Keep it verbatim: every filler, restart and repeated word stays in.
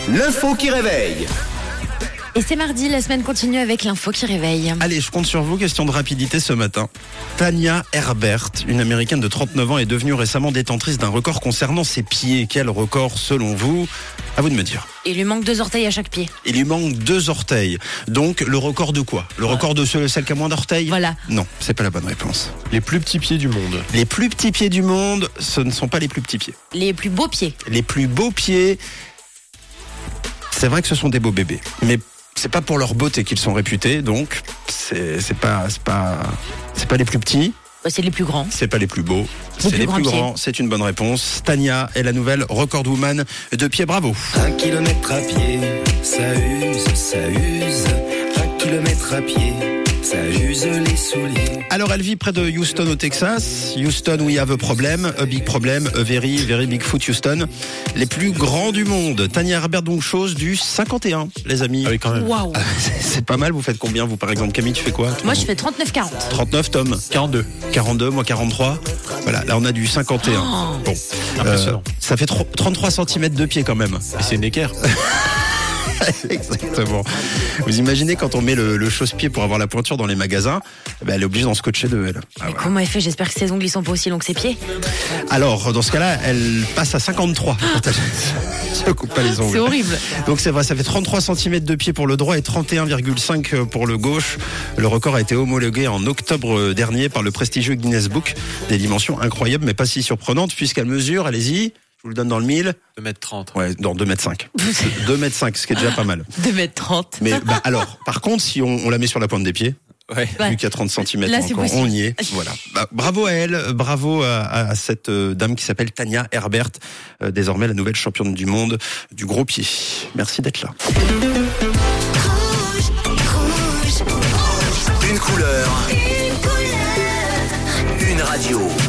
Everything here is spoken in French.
L'info qui réveille. Et c'est mardi, la semaine continue avec l'info qui réveille. Allez, je compte sur vous, question de rapidité ce matin. Tania Herbert, une américaine de trente-neuf ans, est devenue récemment détentrice d'un record concernant ses pieds. Quel record selon vous? À vous de me dire. Il lui manque deux orteils à chaque pied. Il lui manque deux orteils. Donc, le record de quoi? Le record de celle qui a moins d'orteils? Voilà. Non, c'est pas la bonne réponse. Les plus petits pieds du monde. Les plus petits pieds du monde, ce ne sont pas les plus petits pieds. Les plus beaux pieds. Les plus beaux pieds, c'est vrai que ce sont des beaux bébés. Mais c'est pas pour leur beauté qu'ils sont réputés, donc c'est, c'est pas, c'est pas, c'est pas les plus petits. C'est les plus grands. C'est pas les plus beaux, Les c'est plus les grands plus pieds. grands. C'est une bonne réponse. Tania est la nouvelle record woman de pied. Bravo. Un kilomètre à pied, ça use, ça use. Un kilomètre à pied, ça use les souliers. Alors elle vit près de Houston au Texas. Houston, we have a problem, a big problem, a very, very big foot Houston. Les plus grands du monde. Tania Herbert donc chose du cinquante et un, les amis. Ah oui, quand même. Waouh. C'est, c'est pas mal. Vous faites combien vous par exemple? Camille, tu fais quoi? Moi, je fais trente-neuf quarante. trente-neuf, Tom. quarante-deux. quarante-deux, moi quarante-trois. Voilà, là on a du cinquante et un. Oh. Bon, Impressionnant. Euh, ça fait trente-trois centimètres de pied quand même. Et c'est une équerre. Exactement. Vous imaginez quand on met le, le chausse-pied pour avoir la pointure dans les magasins, ben elle est obligée d'en scotcher deux, elle. Ah, Mais voilà. comment elle fait? J'espère que ses ongles ils sont pas aussi longs que ses pieds. Alors, dans ce cas-là, elle passe à cinquante-trois quand elle se coupe pas les ongles. C'est horrible. Donc c'est vrai, ça fait trente-trois centimètres de pied pour le droit et trente et un virgule cinq pour le gauche. Le record a été homologué en octobre dernier par le prestigieux Guinness Book. Des dimensions incroyables, mais pas si surprenantes, puisqu'elle mesure, allez-y, je vous le donne dans le mille. deux mètres trente. Ouais, dans deux mètres cinq. deux mètres cinq, ce qui est déjà pas mal. deux mètres trente. Mais bah, alors, par contre, si on, on la met sur la pointe des pieds, Ouais. Ouais. vu qu'il y a trente centimètres Là, c'est encore, possible. on y est. Voilà. Bah, bravo à elle, bravo à, à cette euh, dame qui s'appelle Tania Herbert, euh, désormais la nouvelle championne du monde du gros pied. Merci d'être là. Une couleur. Une radio.